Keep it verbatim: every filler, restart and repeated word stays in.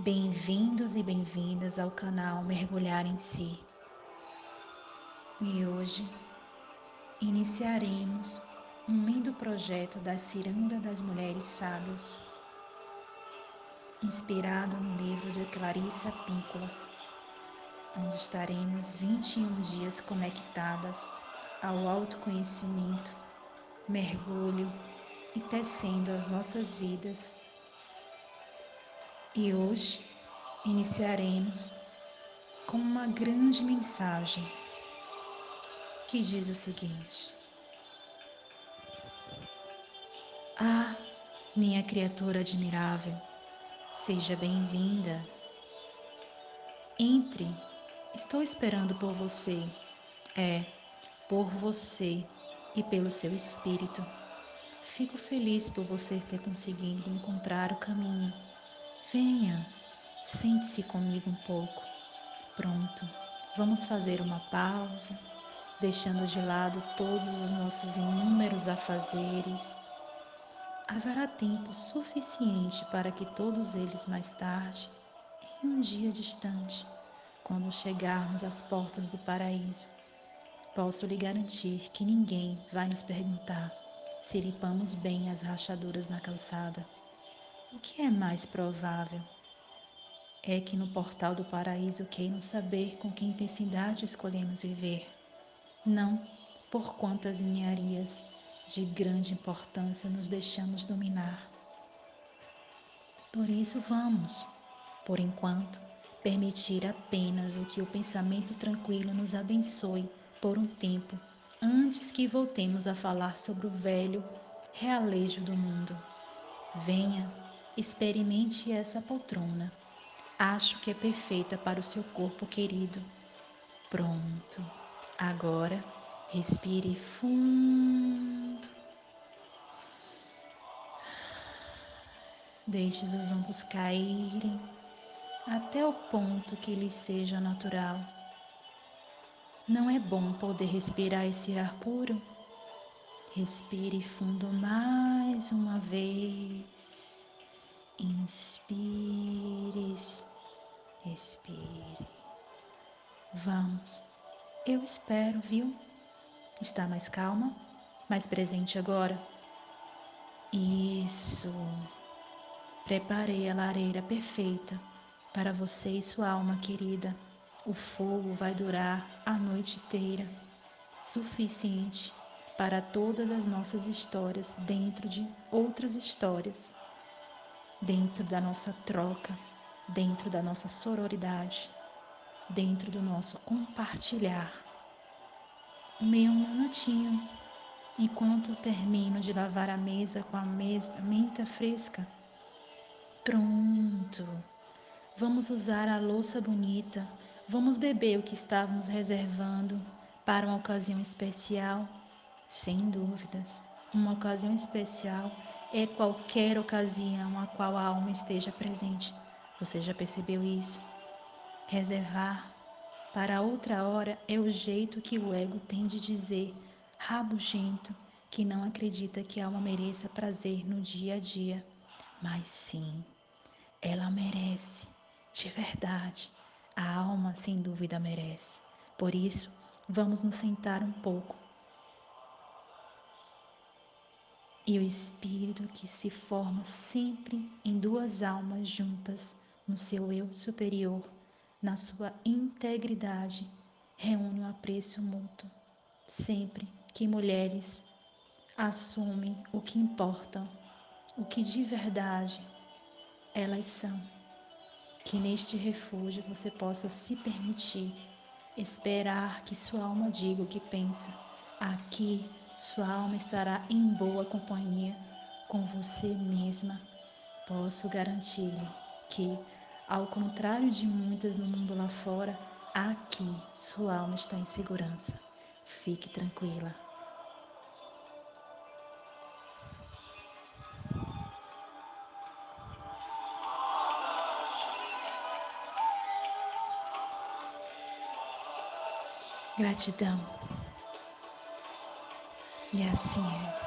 Bem-vindos e bem-vindas ao canal Mergulhar em Si. E hoje iniciaremos um lindo projeto da Ciranda das Mulheres Sábias, inspirado no livro de Clarissa Píncolas, onde estaremos vinte e um dias conectadas ao autoconhecimento, mergulho e tecendo as nossas vidas. E hoje iniciaremos com uma grande mensagem que diz o seguinte: Ah, minha criatura admirável, seja bem-vinda. Entre, estou esperando por você. É, por você e pelo seu espírito. Fico feliz por você ter conseguido encontrar o caminho. Venha, sente-se comigo um pouco. Pronto, vamos fazer uma pausa, deixando de lado todos os nossos inúmeros afazeres. Haverá tempo suficiente para que todos eles mais tarde, em um dia distante, quando chegarmos às portas do paraíso, posso lhe garantir que ninguém vai nos perguntar se limpamos bem as rachaduras na calçada. O que é mais provável é que no portal do paraíso queiram saber com que intensidade escolhemos viver, não por quantas engenharias de grande importância nos deixamos dominar. Por isso vamos, por enquanto, permitir apenas o que o pensamento tranquilo nos abençoe por um tempo, antes que voltemos a falar sobre o velho realejo do mundo. Venha, experimente essa poltrona. Acho que é perfeita para o seu corpo querido. Pronto. Agora, respire fundo. Deixe os ombros caírem até o ponto que lhe seja natural. Não é bom poder respirar esse ar puro? Respire fundo mais uma vez. Inspire, expire. Vamos. Eu espero, viu? Está mais calma? Mais presente agora? Isso. Preparei a lareira perfeita para você e sua alma querida. O fogo vai durar a noite inteira, suficiente para todas as nossas histórias dentro de outras histórias, dentro da nossa troca, dentro da nossa sororidade, dentro do nosso compartilhar. Meio minutinho, enquanto termino de lavar a mesa com a menta fresca. Pronto. Vamos usar a louça bonita. Vamos beber o que estávamos reservando para uma ocasião especial. Sem dúvidas, uma ocasião especial é qualquer ocasião a qual a alma esteja presente. Você já percebeu isso? Reservar para outra hora é o jeito que o ego tem de dizer, rabugento, que não acredita que a alma mereça prazer no dia a dia. Mas sim, ela merece, de verdade. A alma, sem dúvida, merece. Por isso, vamos nos sentar um pouco. E o espírito que se forma sempre em duas almas juntas, no seu eu superior, na sua integridade, reúne um apreço mútuo. Sempre que mulheres assumem o que importa, o que de verdade elas são. Que neste refúgio você possa se permitir esperar que sua alma diga o que pensa. Aqui sua alma estará em boa companhia com você mesma. Posso garantir-lhe que, ao contrário de muitas no mundo lá fora, aqui sua alma está em segurança. Fique tranquila. Gratidão. E assim é.